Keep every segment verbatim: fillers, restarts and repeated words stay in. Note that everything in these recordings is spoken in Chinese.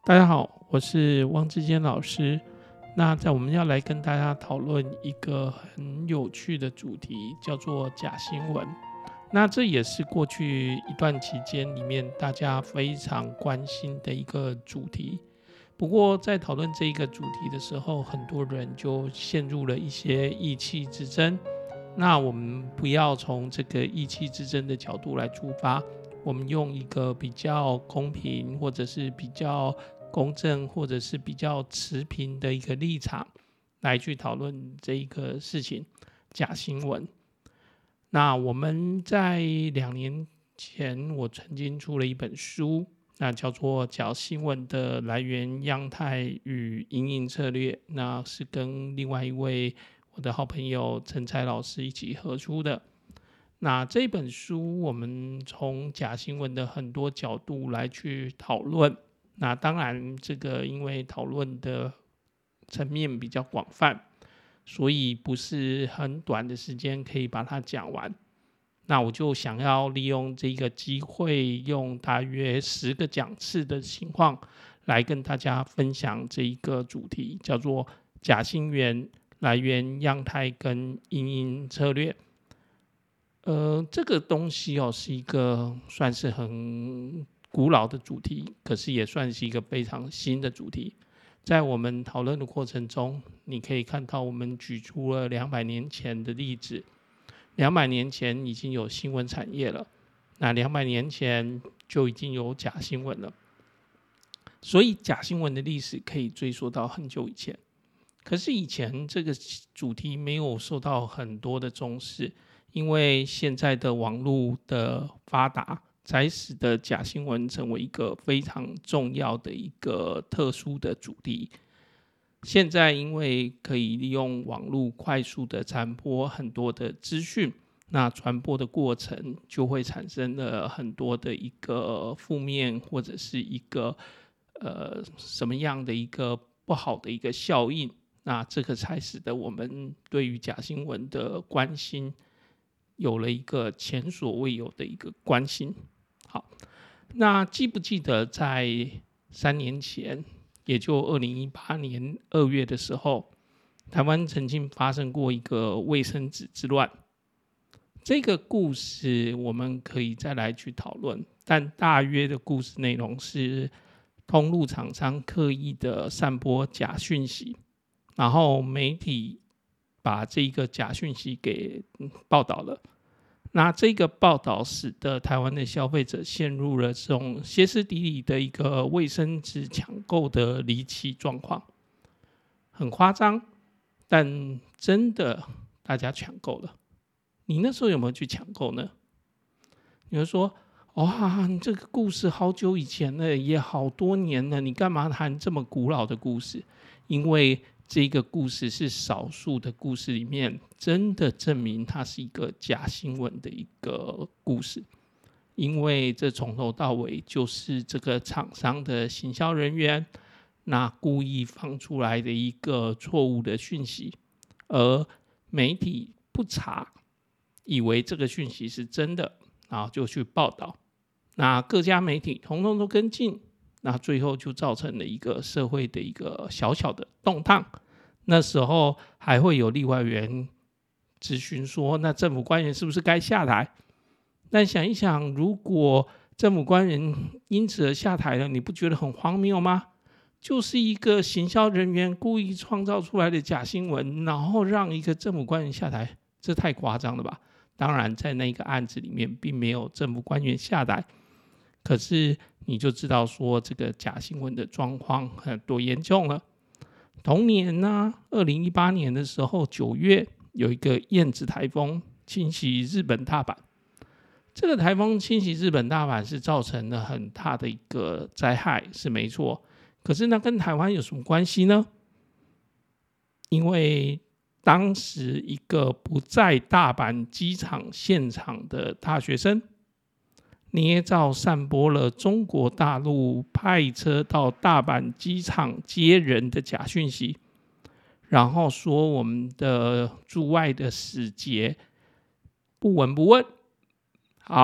大家好，我是汪志坚老师。那在我们要来跟大家讨论一个很有趣的主题，叫做假新闻。那这也是过去一段期间里面大家非常关心的一个主题。不过在讨论这一个主题的时候，很多人就陷入了一些意气之争。那我们不要从这个意气之争的角度来出发，我们用一个比较公平或者是比较公正或者是比较持平的一个立场来去讨论这一个事情，假新闻。那我们在两年前，我曾经出了一本书，那叫做《假新闻的来源、样态与因应策略》，那是跟另外一位我的好朋友陈才老师一起合出的。那这本书，我们从假新闻的很多角度来去讨论。那当然，这个因为讨论的层面比较广泛，所以不是很短的时间可以把它讲完。那我就想要利用这个机会，用大约十个讲次的情况来跟大家分享这一个主题，叫做假新闻来源、样态跟因应策略。呃，这个东西哦，是一个算是很古老的主题，可是也算是一个非常新的主题。在我们讨论的过程中，你可以看到我们举出了两百年前的例子。两百年前已经有新闻产业了，那两百年前就已经有假新闻了。所以假新闻的历史可以追溯到很久以前。可是以前这个主题没有受到很多的重视，因为现在的网络的发达，才使得假新闻成为一个非常重要的一个特殊的主题。现在因为可以利用网络快速的传播很多的资讯，那传播的过程就会产生了很多的一个负面或者是一个呃什么样的一个不好的一个效应。那这个才使得我们对于假新闻的关心有了一个前所未有的一个关心。好，那记不记得在三年前，也就二零一八年二月的时候，台湾曾经发生过一个卫生纸之乱。这个故事我们可以再来去讨论，但大约的故事内容是，通路厂商刻意的散播假讯息，然后媒体把这个假讯息给报道了。那这个报道使得台湾的消费者陷入了这种歇斯底里的一个卫生纸抢购的离奇状况，很夸张，但真的大家抢购了。你那时候有没有去抢购呢？你会说，哇，你这个故事好久以前了，也好多年了，你干嘛谈这么古老的故事？因为这个故事是少数的故事里面真的证明它是一个假新闻的一个故事，因为这从头到尾就是这个厂商的行销人员那故意放出来的一个错误的讯息，而媒体不查，以为这个讯息是真的，然后就去报道，那各家媒体统统都跟进，那最后就造成了一个社会的一个小小的动荡。那时候还会有立法院质询说，那政府官员是不是该下台？但想一想，如果政府官员因此而下台了，你不觉得很荒谬吗？就是一个行销人员故意创造出来的假新闻，然后让一个政府官员下台，这太夸张了吧？当然，在那个案子里面并没有政府官员下台，可是你就知道说这个假新闻的状况多严重了。同年呢、啊，二零一八年的时候，九月有一个燕子台风侵袭日本大阪。这个台风侵袭日本大阪是造成了很大的一个灾害，是没错。可是那跟台湾有什么关系呢？因为当时一个不在大阪机场现场的大学生，捏造散播了中国大陆派车到大阪机场接人的假讯息，然后说我们的驻外的使节不闻不问。好，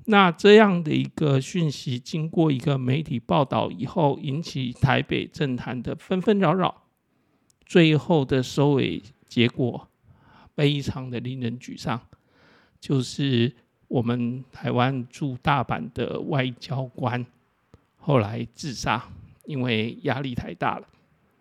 那这样的一个讯息经过一个媒体报道以后，引起台北政坛的纷纷扰扰，最后的收尾结果非常的令人沮丧，就是我们台湾驻大阪的外交官后来自杀，因为压力太大了。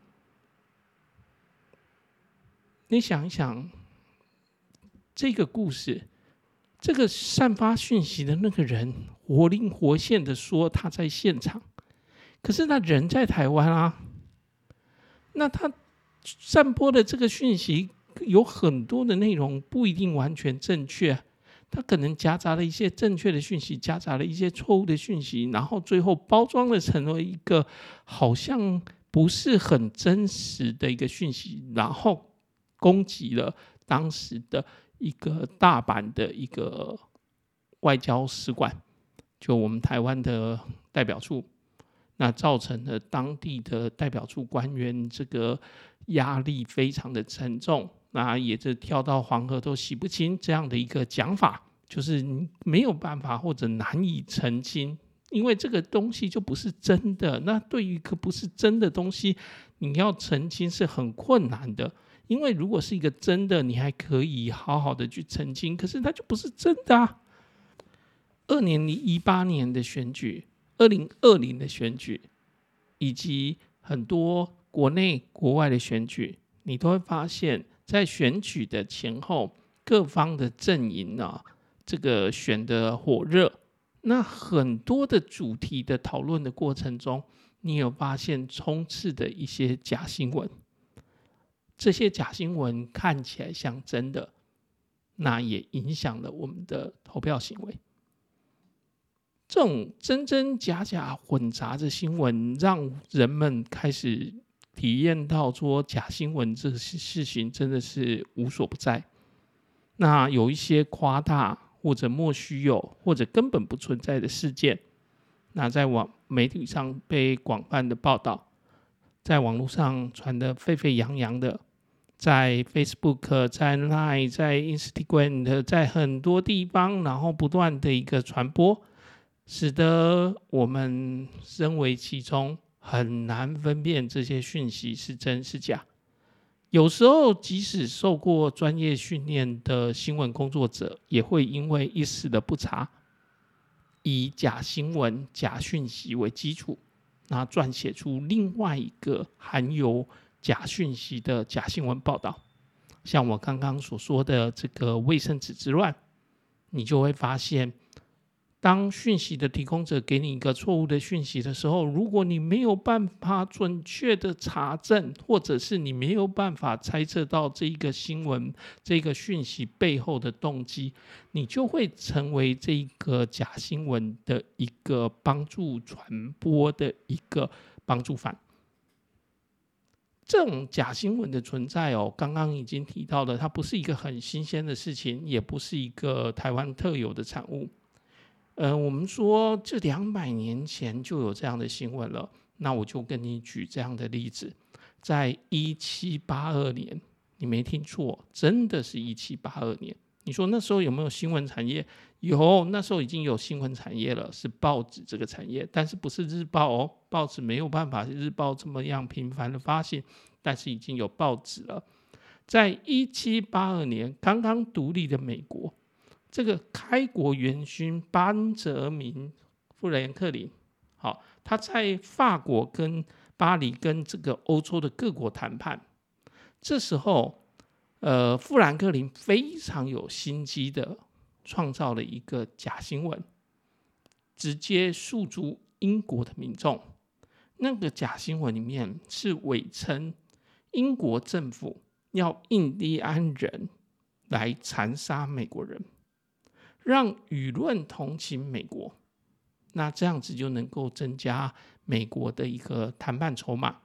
你想一想这个故事，这个散发讯息的那个人活灵活现的说他在现场，可是他人在台湾啊，那他散播的这个讯息有很多的内容不一定完全正确，他可能夹杂了一些正确的讯息，夹杂了一些错误的讯息，然后最后包装的成为一个好像不是很真实的一个讯息，然后攻击了当时的一个大阪的一个外交使馆，就我们台湾的代表处，那造成了当地的代表处官员这个压力非常的沉重，那也是跳到黄河都洗不清这样的一个讲法，就是没有办法或者难以澄清，因为这个东西就不是真的。那对于一个不是真的东西，你要澄清是很困难的。因为如果是一个真的，你还可以好好的去澄清，可是它就不是真的啊。二零一八年的选举，二零二零的选举，以及很多国内国外的选举，你都会发现，在选举的前后，各方的阵营啊，这个选得火热。那很多的主题的讨论的过程中，你有发现充斥的一些假新闻。这些假新闻看起来像真的，那也影响了我们的投票行为。这种真真假假混杂的新闻，让人们开始体验到说假新闻这事情真的是无所不在。那有一些夸大或者莫须有或者根本不存在的事件，那在网媒体上被广泛的报道，在网络上传得沸沸扬扬的，在 Facebook、在 Line、在 Instagram、在很多地方，然后不断的一个传播，使得我们身为其中很难分辨这些讯息是真是假。有时候即使受过专业训练的新闻工作者，也会因为一时的不察，以假新闻、假讯息为基础，那撰写出另外一个含有假讯息的假新闻报道。像我刚刚所说的这个卫生纸之乱，你就会发现，当讯息的提供者给你一个错误的讯息的时候，如果你没有办法准确的查证，或者是你没有办法猜测到这一个新闻、这个讯息背后的动机，你就会成为这个假新闻的一个帮助传播的一个帮助犯。这种假新闻的存在哦，刚刚已经提到了，它不是一个很新鲜的事情，也不是一个台湾特有的产物。呃，我们说这两百年前就有这样的新闻了，那我就跟你举这样的例子，在一七八二年，你没听错，真的是一七八二年。你说那时候有没有新闻产业？有，那时候已经有新闻产业了，是报纸这个产业，但是不是日报哦，报纸没有办法日报这么样频繁的发行，但是已经有报纸了。在一七八二年，刚刚独立的美国，这个开国元勋班哲明富兰克林，好，他在法国跟巴黎跟这个欧洲的各国谈判，这时候，呃，富兰克林非常有心机的创造了一个假新闻，直接诉诸英国的民众。那个假新闻里面是伪称英国政府要印第安人来残杀美国人，让舆论同情美国，那这样子就能够增加美国的一个谈判筹码。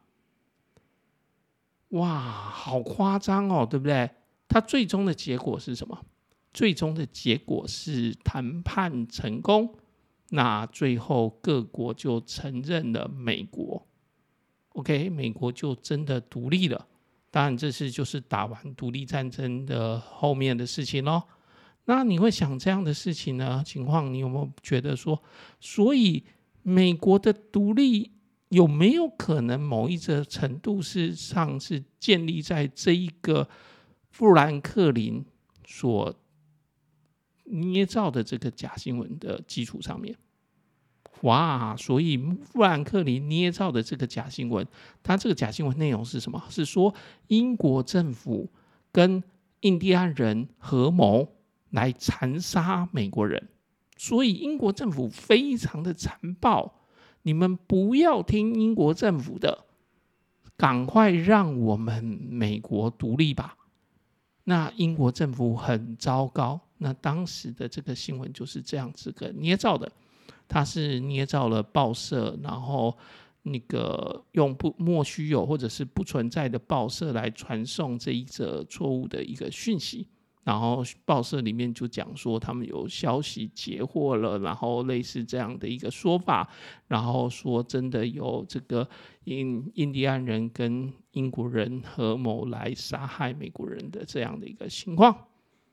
哇，好夸张哦，对不对？它最终的结果是什么？最终的结果是谈判成功，那最后各国就承认了美国 OK， 美国就真的独立了。当然这是就是打完独立战争的后面的事情咯。 那你会想这样的事情呢？情况你有没有觉得说，所以美国的独立有没有可能某一个程度是上是建立在这一个富兰克林所捏造的这个假新闻的基础上面？哇，所以富兰克林捏造的这个假新闻，它这个假新闻内容是什么？是说英国政府跟印第安人合谋来残杀美国人，所以英国政府非常的残暴，你们不要听英国政府的，赶快让我们美国独立吧。那英国政府很糟糕，那当时的这个新闻就是这样子个捏造的，它是捏造了报社，然后那个用不莫须有或者是不存在的报社来传送这一则错误的一个讯息，然后报社里面就讲说他们有消息截获了，然后类似这样的一个说法，然后说真的有这个印印第安人跟英国人合谋来杀害美国人的这样的一个情况。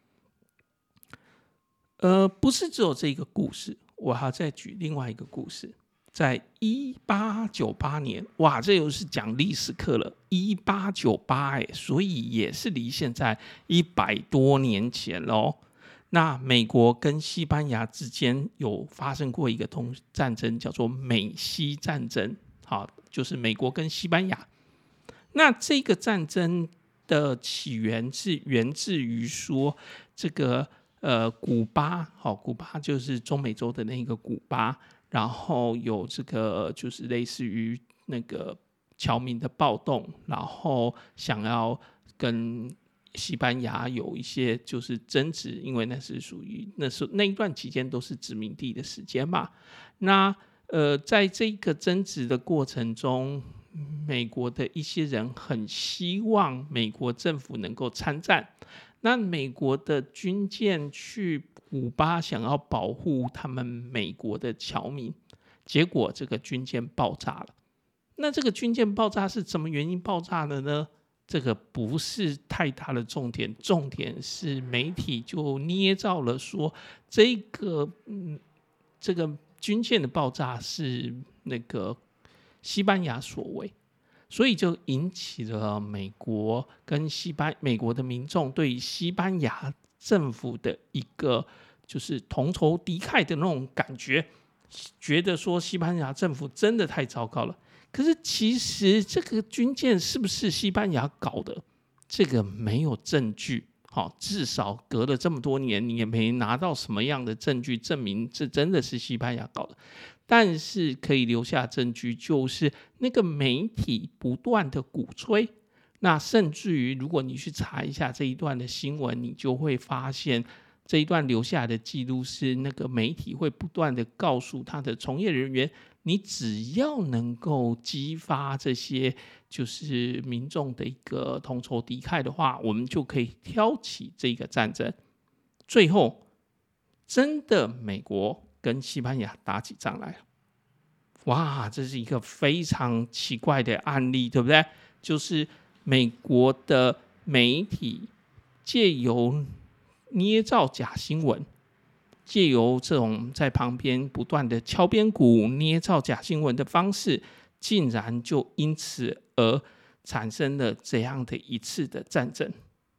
呃，不是只有这个故事，我还要再举另外一个故事。在一八九八年，哇，这又是讲历史课了。一八九八，哎，所以也是离现在一百多年前喽。那美国跟西班牙之间有发生过一个通战争，叫做美西战争。好，就是美国跟西班牙。那这个战争的起源是源自于说这个。呃，古巴，好，古巴就是中美洲的那个古巴，然后有这个就是类似于那个侨民的暴动，然后想要跟西班牙有一些就是争执，因为那是属于那时候那一段期间都是殖民地的时间嘛。那呃，在这个争执的过程中，美国的一些人很希望美国政府能够参战。那美国的军舰去古巴想要保护他们美国的侨民，结果这个军舰爆炸了。那这个军舰爆炸是什么原因爆炸的呢？这个不是太大的重点，重点是媒体就捏造了说这个、嗯、这个军舰的爆炸是那个西班牙所为。所以就引起了美国跟西班美国的民众对西班牙政府的一个就是同仇敌忾的那种感觉，觉得说西班牙政府真的太糟糕了。可是其实这个军舰是不是西班牙搞的，这个没有证据。好，至少隔了这么多年，你也没拿到什么样的证据证明这真的是西班牙搞的。但是可以留下证据，就是那个媒体不断的鼓吹。那甚至于，如果你去查一下这一段的新闻，你就会发现这一段留下来的记录是那个媒体会不断的告诉他的从业人员，你只要能够激发这些就是民众的一个同仇敌忾的话，我们就可以挑起这个战争。最后，真的美国跟西班牙打起仗来了，哇，这是一个非常奇怪的案例，对不对？就是美国的媒体借由捏造假新闻，借由这种在旁边不断的敲边鼓、捏造假新闻的方式，竟然就因此而产生了这样的一次的战争。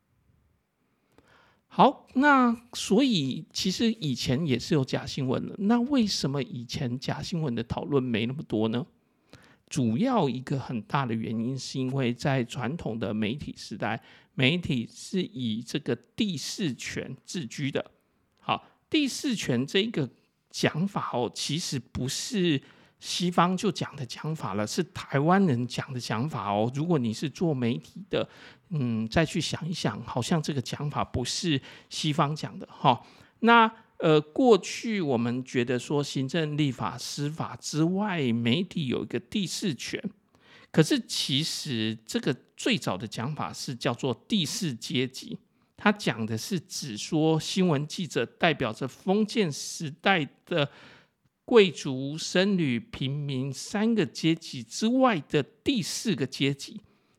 好，那所以其实以前也是有假新闻的，那为什么以前假新闻的讨论没那么多呢？主要一个很大的原因是因为在传统的媒体时代，媒体是以这个第四权自居的。好，第四权这个讲法哦，其实不是西方就讲的讲法了，是台湾人讲的讲法哦。如果你是做媒体的，嗯，再去想一想，好像这个讲法不是西方讲的哈。那呃，过去我们觉得说行政、立法、司法之外，媒体有一个第四权，可是其实这个最早的讲法是叫做第四阶级。他讲的是指说新闻记者代表着封建时代的贵族、僧侣、平民三个阶级之外的第四个阶级，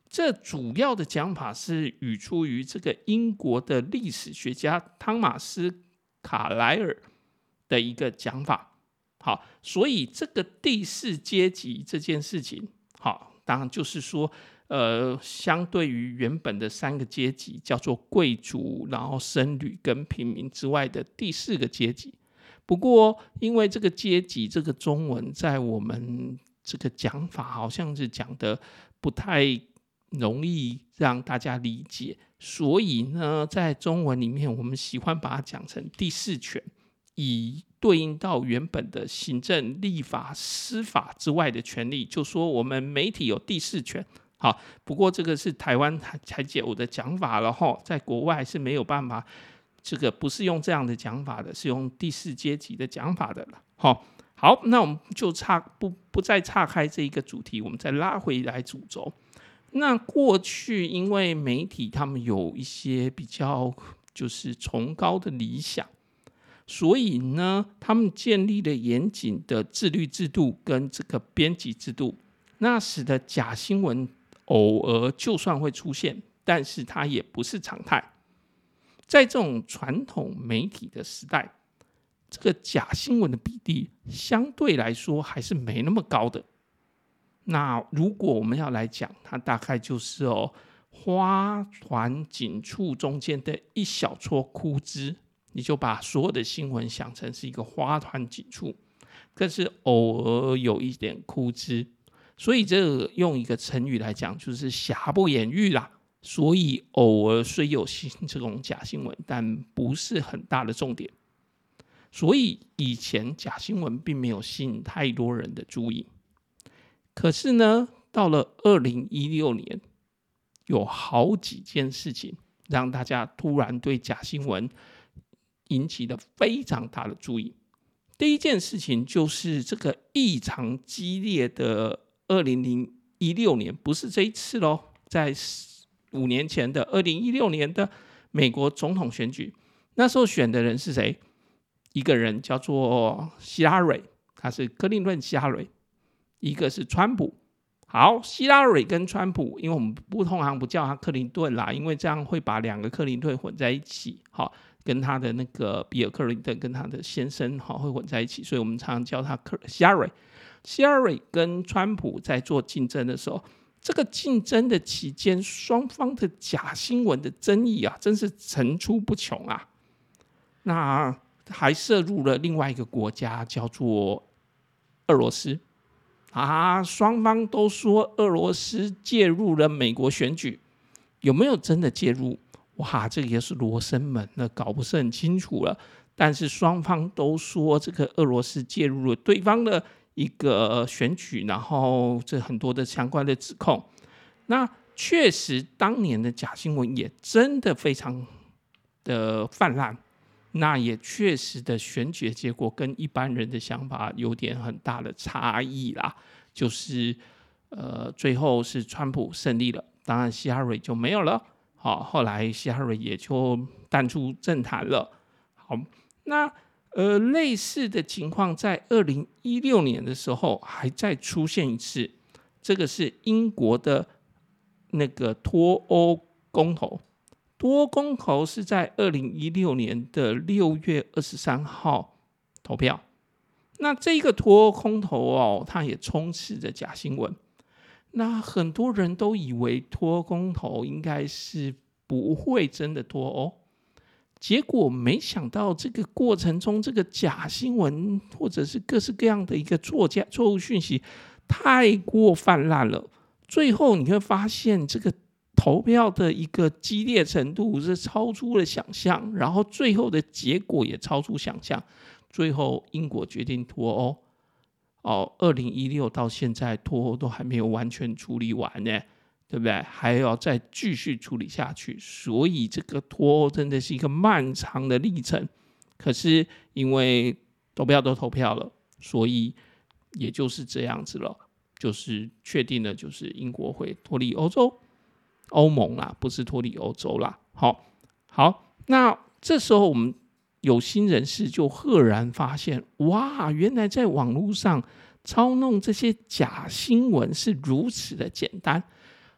这主要的讲法是语出于这个英国的历史学家汤马斯·卡莱尔的一个讲法。好，所以这个第四阶级这件事情，好，当然就是说，呃，相对于原本的三个阶级，叫做贵族，然后僧侣跟平民之外的第四个阶级。不过，因为这个阶级这个中文在我们这个讲法好像是讲的不太容易让大家理解，所以呢，在中文里面，我们喜欢把它讲成第四权，以对应到原本的行政、立法、司法之外的权利，就说我们媒体有第四权。好，不过这个是台湾才有的讲法了哈，在国外是没有办法，这个不是用这样的讲法的，是用第四阶级的讲法的了。好，好，那我们就岔不不再岔开这一个主题，我们再拉回来主轴。那过去因为媒体他们有一些比较就是崇高的理想，所以呢，他们建立了严谨的自律制度跟这个编辑制度，那使得假新闻偶尔就算会出现，但是它也不是常态。在这种传统媒体的时代，这个假新闻的比例相对来说还是没那么高的。那如果我们要来讲，它大概就是哦，花团锦簇中间的一小撮枯枝，你就把所有的新闻想成是一个花团锦簇，可是偶尔有一点枯枝，所以这个用一个成语来讲，就是瑕不掩瑜啦。所以偶尔虽有这种假新闻，但不是很大的重点。所以以前假新闻并没有吸引太多人的注意。可是呢，到了二零一六年，有好几件事情让大家突然对假新闻引起了非常大的注意。第一件事情就是这个异常激烈的二零一六年，不是这一次咯，在五年前的二零一六年的美国总统选举，那时候选的人是谁？一个人叫做希拉蕊，他是克林顿希拉蕊，一个是川普。好，希拉蕊跟川普，因为我们不通常不叫他克林顿啦，因为这样会把两个克林顿混在一起，好，跟他的那个比尔克林顿跟他的先生好会混在一起，所以我们常常叫他希拉蕊。希拉蕊跟川普在做竞争的时候，这个竞争的期间，双方的假新闻的争议啊，真是层出不穷啊。那还涉入了另外一个国家，叫做俄罗斯啊。双方都说俄罗斯介入了美国选举，有没有真的介入？哇，这个也是罗生门了，搞不是很清楚了。但是双方都说这个俄罗斯介入了对方的一个选举，然后这很多的相关的指控。那确实，当年的假新闻也真的非常的泛滥。那也确实的选举结果跟一般人的想法有点很大的差异啦，就是呃最后是川普胜利了，当然希拉蕊就没有了。好，后来希拉蕊也就淡出政坛了。好，那呃类似的情况在二零一六年的时候还再出现一次，这个是英国的那个脱欧公投。脱欧公投是在二零一六年的六月二十三号投票。那这个脱欧公投哦，它也充斥着假新闻。那很多人都以为脱欧公投应该是不会真的脱欧，结果没想到这个过程中，这个假新闻或者是各式各样的一个错假错误讯息太过泛滥了。最后你会发现，这个投票的一个激烈程度是超出了想象，然后最后的结果也超出想象。最后英国决定脱欧，哦，二零一六到现在脱欧都还没有完全处理完呢，对不对？还要再继续处理下去，所以这个脱欧真的是一个漫长的历程。可是因为投票都投票了，所以也就是这样子了，就是确定了，就是英国会脱离欧洲。欧盟啦，不是脱离欧洲啦。好，好，那这时候我们有心人士就赫然发现，哇，原来在网络上操弄这些假新闻是如此的简单。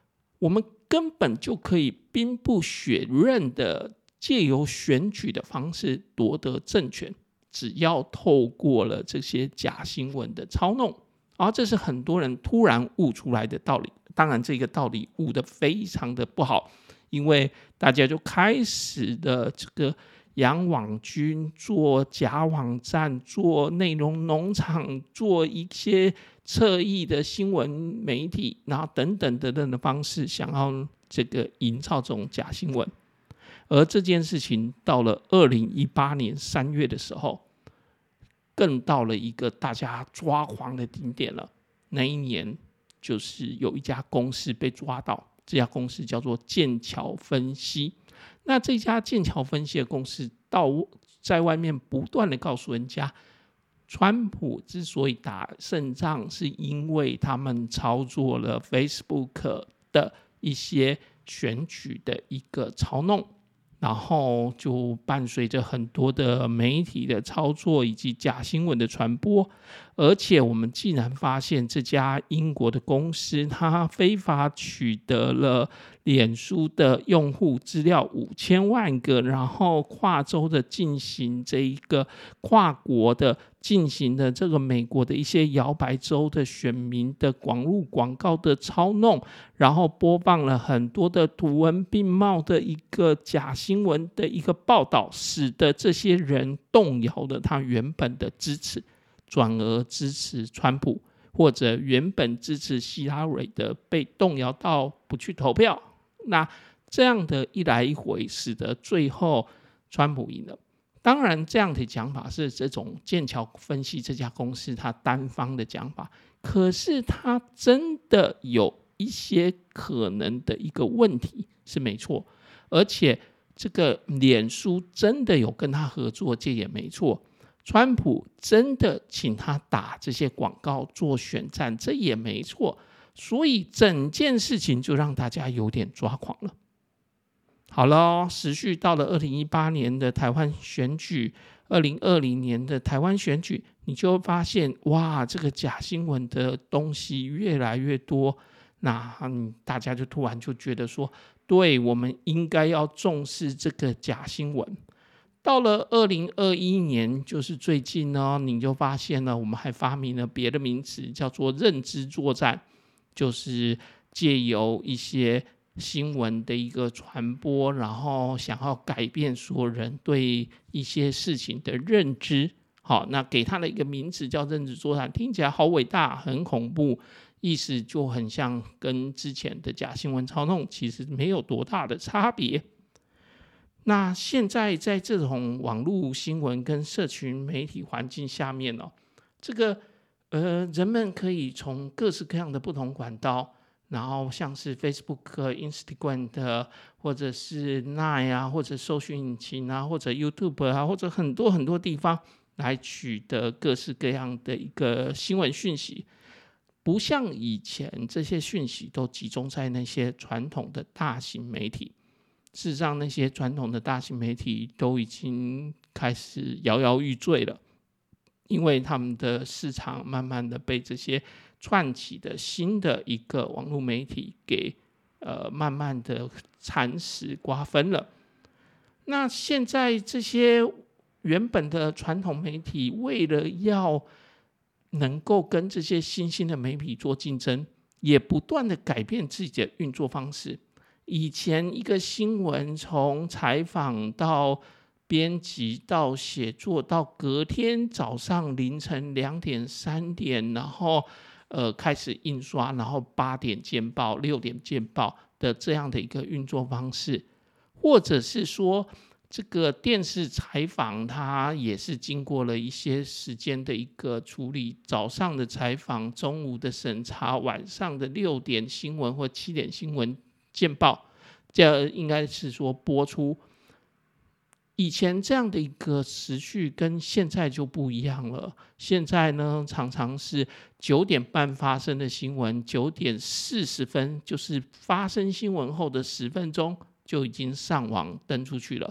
我们根本就可以兵不血刃的借由选举的方式夺得政权，只要透过了这些假新闻的操弄，而、啊、这是很多人突然悟出来的道理。当然这个道理悟得非常的不好，因为大家就开始的这个养网军，做假网站，做内容农场，做一些侧翼的新闻媒体，然后等等等等的方式，想要这个营造这种假新闻。而这件事情到了二零一八年三月的时候，更到了一个大家抓狂的顶点了。那一年就是有一家公司被抓到，这家公司叫做剑桥分析。那这家剑桥分析的公司到在外面不断的告诉人家，川普之所以打胜仗，是因为他们操作了 Facebook 的一些选举的一个操弄，然后就伴随着很多的媒体的操作以及假新闻的传播。而且我们竟然发现这家英国的公司，它非法取得了脸书的用户资料五千万个，然后跨州的进行这一个跨国的进行的这个美国的一些摇摆州的选民的网络广告的操弄，然后播放了很多的图文并茂的一个假新闻的一个报道，使得这些人动摇了他原本的支持，转而支持川普，或者原本支持希拉蕊的被动摇到不去投票。那这样的一来一回，使得最后川普赢了。当然这样的讲法是这种剑桥分析这家公司他单方的讲法，可是他真的有一些可能的一个问题是没错，而且这个脸书真的有跟他合作，这也没错。川普真的请他打这些广告做选战，这也没错。所以整件事情就让大家有点抓狂了。好了，时序到了二零一八年的台湾选举，二零二零年的台湾选举，你就会发现，哇，这个假新闻的东西越来越多。那、嗯、大家就突然就觉得说，对，我们应该要重视这个假新闻。到了二零二一年，就是最近呢，你就发现了，我们还发明了别的名词，叫做认知作战，就是借由一些新闻的一个传播，然后想要改变所有人对一些事情的认知。好，那给他的一个名词叫认知作战，听起来好伟大，很恐怖，意思就很像跟之前的假新闻操弄其实没有多大的差别。那现在在这种网络新闻跟社群媒体环境下面哦，这个呃人们可以从各式各样的不同管道，然后像是 Facebook、Instagram 的，或者是 Line 啊，或者搜寻引擎啊，或者 YouTube 啊，或者很多很多地方来取得各式各样的一个新闻讯息。不像以前这些讯息都集中在那些传统的大型媒体。事实上，那些传统的大型媒体都已经开始摇摇欲坠了，因为他们的市场慢慢的被这些串起的新的一个网络媒体给呃慢慢的蚕食瓜分了。那现在这些原本的传统媒体，为了要能够跟这些新兴的媒体做竞争，也不断的改变自己的运作方式。以前一个新闻从采访到编辑到写作到隔天早上凌晨两点三点，然后呃开始印刷，然后八点见报六点见报的这样的一个运作方式，或者是说这个电视采访它也是经过了一些时间的一个处理，早上的采访，中午的审查，晚上的六点新闻或七点新闻见报，这应该是说播出。以前这样的一个时序跟现在就不一样了。现在呢，常常是九点半发生的新闻，九点四十分，就是发生新闻后的十分钟就已经上网登出去了。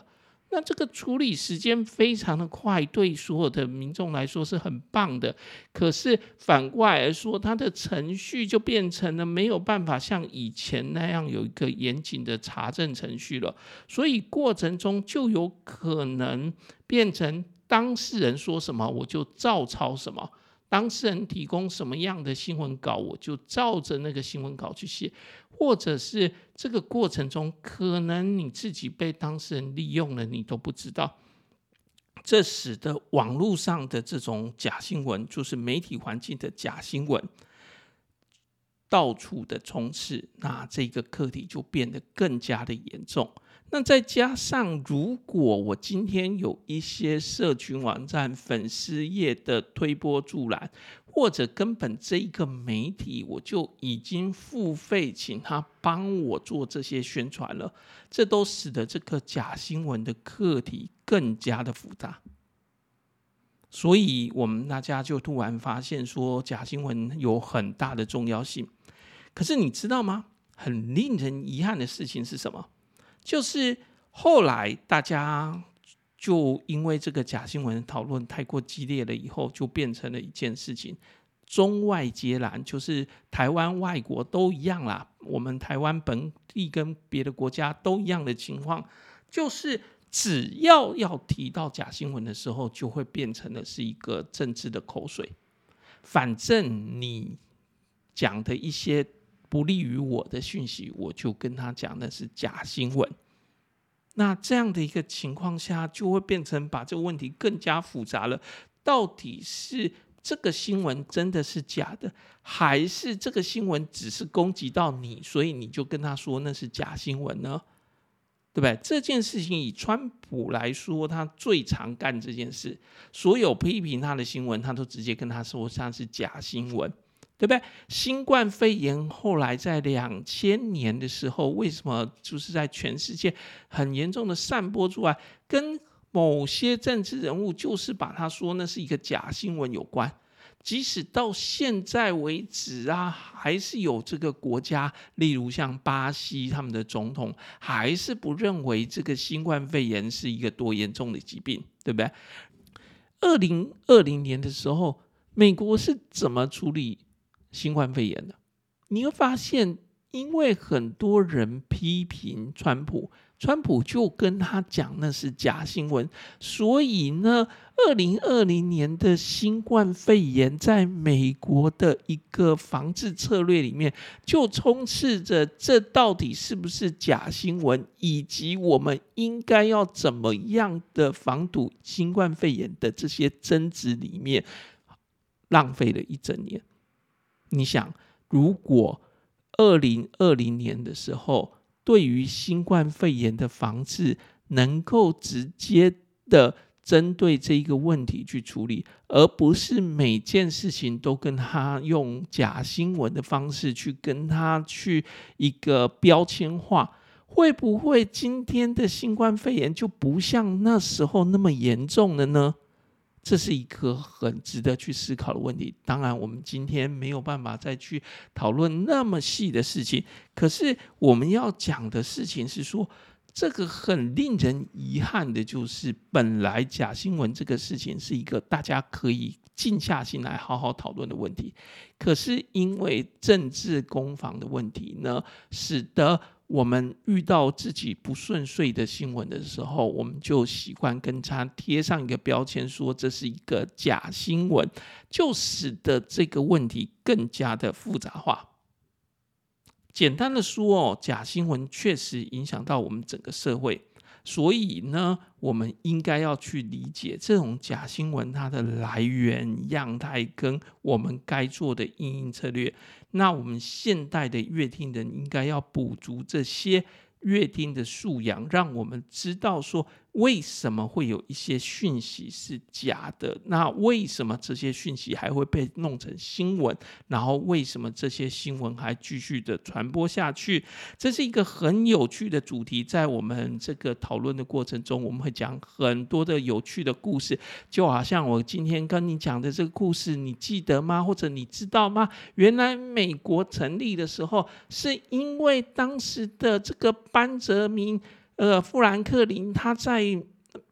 那这个处理时间非常的快，对所有的民众来说是很棒的。可是反过来说，它的程序就变成了没有办法像以前那样有一个严谨的查证程序了，所以过程中就有可能变成当事人说什么我就照抄什么，当事人提供什么样的新闻稿我就照着那个新闻稿去写，或者是这个过程中可能你自己被当事人利用了你都不知道。这使得网络上的这种假新闻，就是媒体环境的假新闻到处的充斥，那这个课题就变得更加的严重。那再加上如果我今天有一些社群网站粉丝页的推波助澜，或者根本这一个媒体我就已经付费请他帮我做这些宣传了，这都使得这个假新闻的课题更加的复杂。所以我们大家就突然发现说假新闻有很大的重要性。可是你知道吗？很令人遗憾的事情是什么？就是后来大家就因为这个假新闻讨论太过激烈了以后，就变成了一件事情，中外皆然，就是台湾外国都一样啦，我们台湾本地跟别的国家都一样的情况，就是只要要提到假新闻的时候，就会变成的是一个政治的口水，反正你讲的一些不利于我的讯息，我就跟他讲的是假新闻。那这样的一个情况下，就会变成把这个问题更加复杂了。到底是这个新闻真的是假的，还是这个新闻只是攻击到你，所以你就跟他说那是假新闻呢？对不对？这件事情以川普来说，他最常干这件事，所有批评他的新闻，他都直接跟他说他是假新闻。对不对？新冠肺炎后来在两千年的时候，为什么就是在全世界很严重的散播出来，跟某些政治人物就是把他说那是一个假新闻有关？即使到现在为止啊，还是有这个国家，例如像巴西，他们的总统还是不认为这个新冠肺炎是一个多严重的疾病，对不对？二零二零年的时候，美国是怎么处理新冠肺炎的？你会发现，因为很多人批评川普，川普就跟他讲那是假新闻，所以呢，二零二零年的新冠肺炎在美国的一个防治策略里面，就充斥着这到底是不是假新闻，以及我们应该要怎么样的防堵新冠肺炎的这些争执里面，浪费了一整年。你想，如果二零二零年的时候，对于新冠肺炎的防治能够直接的针对这一个问题去处理，而不是每件事情都跟他用假新闻的方式去跟他去一个标签化，会不会今天的新冠肺炎就不像那时候那么严重了呢？这是一个很值得去思考的问题。当然我们今天没有办法再去讨论那么细的事情，可是我们要讲的事情是说，这个很令人遗憾的就是本来假新闻这个事情是一个大家可以静下心来好好讨论的问题，可是因为政治攻防的问题呢，使得我们遇到自己不顺遂的新闻的时候，我们就习惯跟它贴上一个标签，说这是一个假新闻，就使得这个问题更加的复杂化。简单的说哦，假新闻确实影响到我们整个社会，所以呢，我们应该要去理解这种假新闻它的来源、样态跟我们该做的因应策略。那我们现代的乐听人应该要补足这些乐听的素养，让我们知道说为什么会有一些讯息是假的，那为什么这些讯息还会被弄成新闻，然后为什么这些新闻还继续的传播下去。这是一个很有趣的主题，在我们这个讨论的过程中，我们会讲很多的有趣的故事，就好像我今天跟你讲的这个故事，你记得吗？或者你知道吗？原来美国成立的时候，是因为当时的这个班哲明呃，富兰克林他在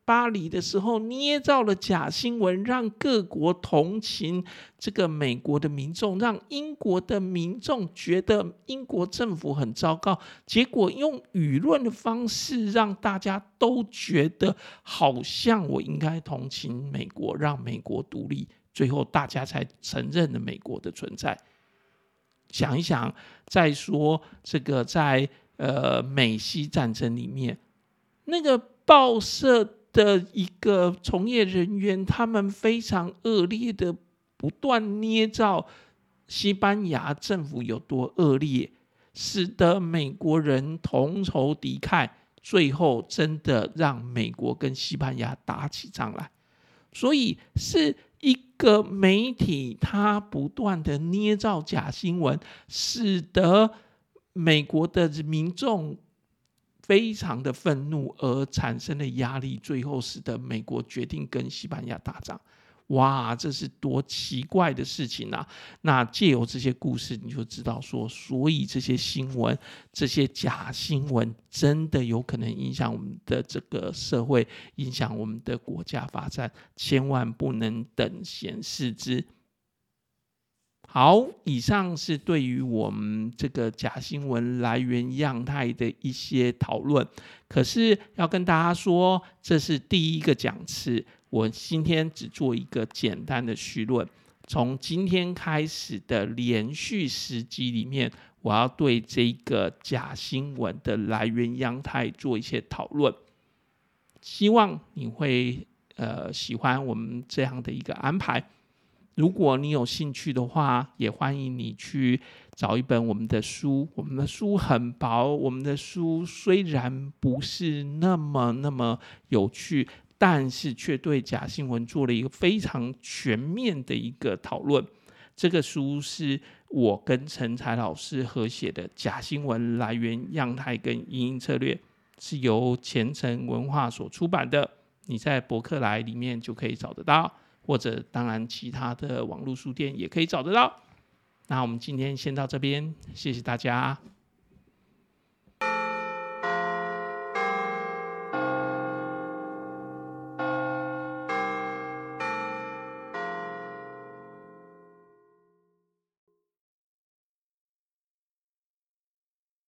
巴黎的时候捏造了假新闻，让各国同情这个美国的民众，让英国的民众觉得英国政府很糟糕，结果用舆论的方式让大家都觉得好像我应该同情美国，让美国独立，最后大家才承认了美国的存在。想一想，再说这个在呃美西战争里面，那个报社的一个从业人员，他们非常恶劣的不断捏造西班牙政府有多恶劣，使得美国人同仇敌忾，最后真的让美国跟西班牙打起仗来。所以是一个媒体它不断的捏造假新闻，使得美国的民众非常的愤怒，而产生了压力，最后使得美国决定跟西班牙打仗。哇，这是多奇怪的事情啊！那借由这些故事，你就知道说，所以这些新闻，这些假新闻，真的有可能影响我们的这个社会，影响我们的国家发展，千万不能等闲视之。好，以上是对于我们这个假新闻来源样态的一些讨论。可是要跟大家说，这是第一个讲次，我今天只做一个简单的绪论。从今天开始的连续十集里面，我要对这个假新闻的来源样态做一些讨论。希望你会呃喜欢我们这样的一个安排。如果你有兴趣的话，也欢迎你去找一本我们的书。我们的书很薄，我们的书虽然不是那么那么有趣，但是却对假新闻做了一个非常全面的一个讨论。这个书是我跟陈才老师合写的《假新闻来源样态跟因应策略》，是由前程文化所出版的。你在博客来里面就可以找得到，或者当然其他的网络书店也可以找得到。那我们今天先到这边，谢谢大家。